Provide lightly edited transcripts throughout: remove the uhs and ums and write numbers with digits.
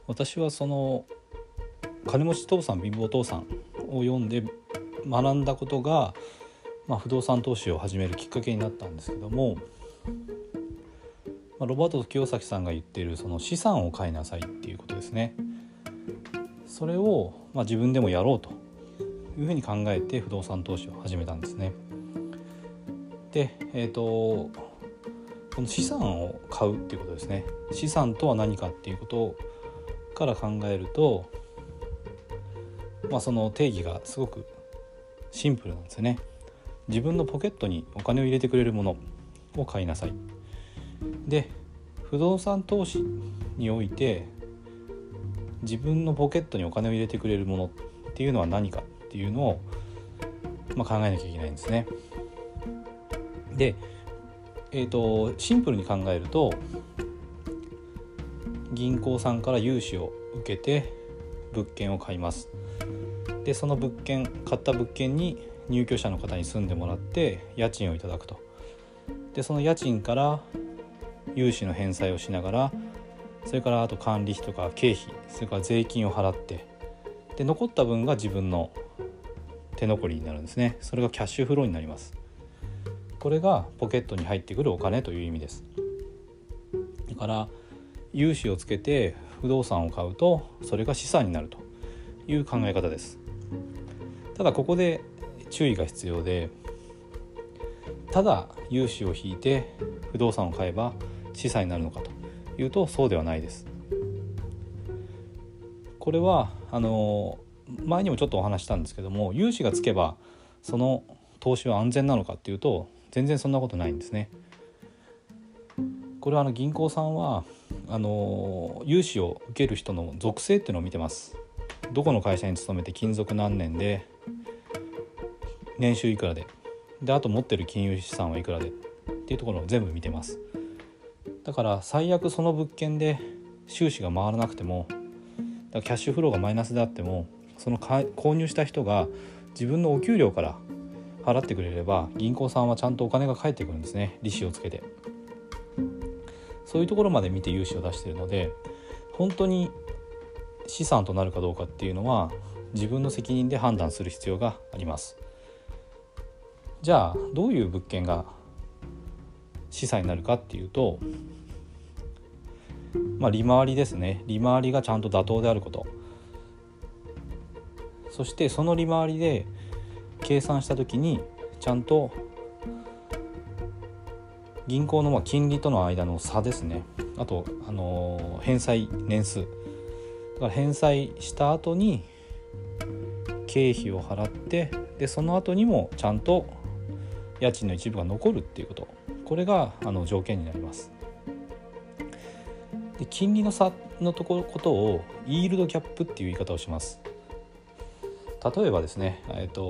私はその金持ち父さん貧乏父さんを読んで学んだことが、不動産投資を始めるきっかけになったんですけども、ロバート清崎さんが言っているその資産を買いなさいっていうことですね。それを自分でもやろうというふうに考えて不動産投資を始めたんですね。で、この資産を買うっていうことですね。資産とは何かっていうことから考えると、その定義がすごくシンプルなんですよね。自分のポケットにお金を入れてくれるものを買いなさい。で、不動産投資において自分のポケットにお金を入れてくれるものっていうのは何かっていうのを、考えなきゃいけないんですね。で、シンプルに考えると、銀行さんから融資を受けて物件を買います。で、その買った物件に入居者の方に住んでもらって家賃をいただくと。で、その家賃から融資の返済をしながら、それからあと管理費とか経費、それから税金を払って、で残った分が自分の手残りになるんですね。それがキャッシュフローになります。これがポケットに入ってくるお金という意味です。だから融資をつけて不動産を買うと、それが資産になるという考え方です。ただここで注意が必要で、ただ融資を引いて不動産を買えば資産になるのかというと、そうではないです。これは前にもちょっとお話したんですけども、融資がつけばその投資は安全なのかっていうと、全然そんなことないんですね。これは銀行さんは融資を受ける人の属性っていうのを見てます。どこの会社に勤めて勤続何年で、年収いくらで、あと持ってる金融資産はいくらでっていうところを全部見てます。だから最悪その物件で収支が回らなくても、キャッシュフローがマイナスであっても、その購入した人が自分のお給料から払ってくれれば、銀行さんはちゃんとお金が返ってくるんですね。利子をつけて。そういうところまで見て融資を出しているので、本当に資産となるかどうかっていうのは自分の責任で判断する必要があります。じゃあどういう物件が資産になるかっていうと、利回りですね。利回りがちゃんと妥当であること、そしてその利回りで計算したときにちゃんと銀行の金利との間の差ですね。あと、返済年数だから返済した後に経費を払って、でその後にもちゃんと家賃の一部が残るっていうこと、これが条件になります。で、金利の差のことをイールドギャップっていう言い方をします。例えばですね、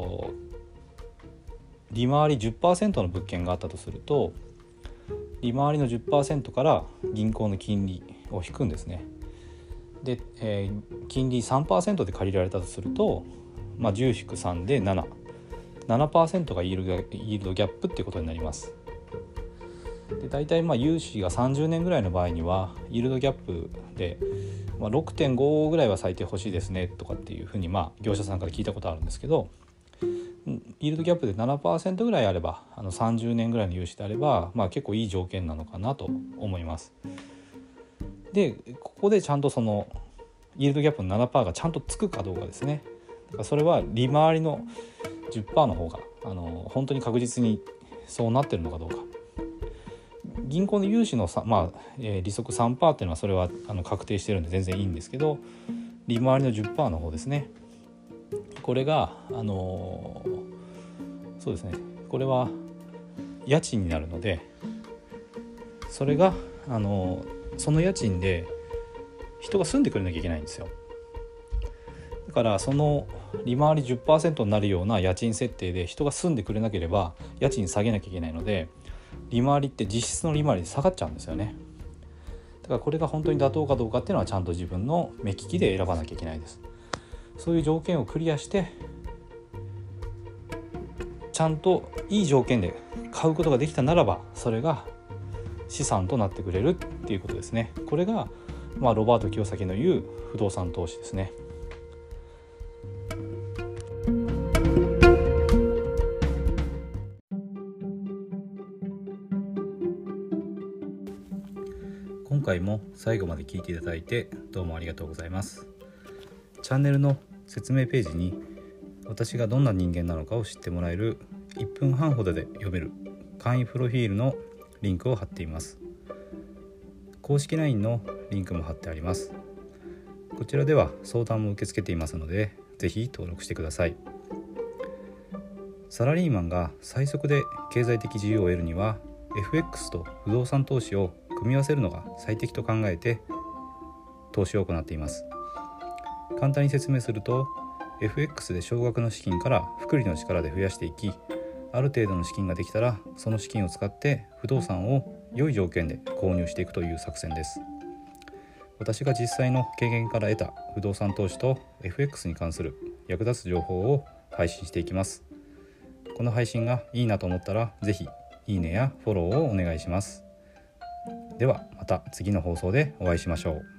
利回り 10% の物件があったとすると、利回りの 10% から銀行の金利を引くんですね。で、金利 3% で借りられたとすると、10-3で 7% がイールドギャップっていうことになります。で、大体融資が30年ぐらいの場合にはイールドギャップで、6.5 ぐらいは最低欲しいですねとかっていうふうに業者さんから聞いたことあるんですけど、イールドギャップで 7% ぐらいあれば、30年ぐらいの融資であれば、結構いい条件なのかなと思います。で、ここでちゃんとそのイールドギャップの 7% がちゃんとつくかどうかですね。だからそれは利回りの 10% の方が本当に確実にそうなってるのかどうか。銀行の融資の利息 3% っていうのはそれは確定してるんで全然いいんですけど、利回りの 10% の方ですね。これがそうですね、これは家賃になるので、それがその家賃で人が住んでくれなきゃいけないんですよ。だからその利回り 10% になるような家賃設定で人が住んでくれなければ家賃下げなきゃいけないので、利回りって実質の利回りで下がっちゃうんですよね。だからこれが本当に妥当かどうかっていうのはちゃんと自分の目利きで選ばなきゃいけないです。そういう条件をクリアしてちゃんといい条件で買うことができたならば、それが資産となってくれるっていうことですね。これがロバート清崎の言う不動産投資ですね。今回も最後まで聞いていただいてどうもありがとうございます。チャンネルの説明ページに私がどんな人間なのかを知ってもらえる1分半ほどで読める簡易プロフィールのリンクを貼っています。公式 LINE のリンクも貼ってあります。こちらでは相談も受け付けていますので、ぜひ登録してください。サラリーマンが最速で経済的自由を得るには FX と不動産投資を組み合わせるのが最適と考えて投資を行っています。簡単に説明すると、 FX で少額の資金から複利の力で増やしていき、ある程度の資金ができたらその資金を使って不動産を良い条件で購入していくという作戦です。私が実際の経験から得た不動産投資と FX に関する役立つ情報を配信していきます。この配信がいいなと思ったらぜひいいねやフォローをお願いします。ではまた次の放送でお会いしましょう。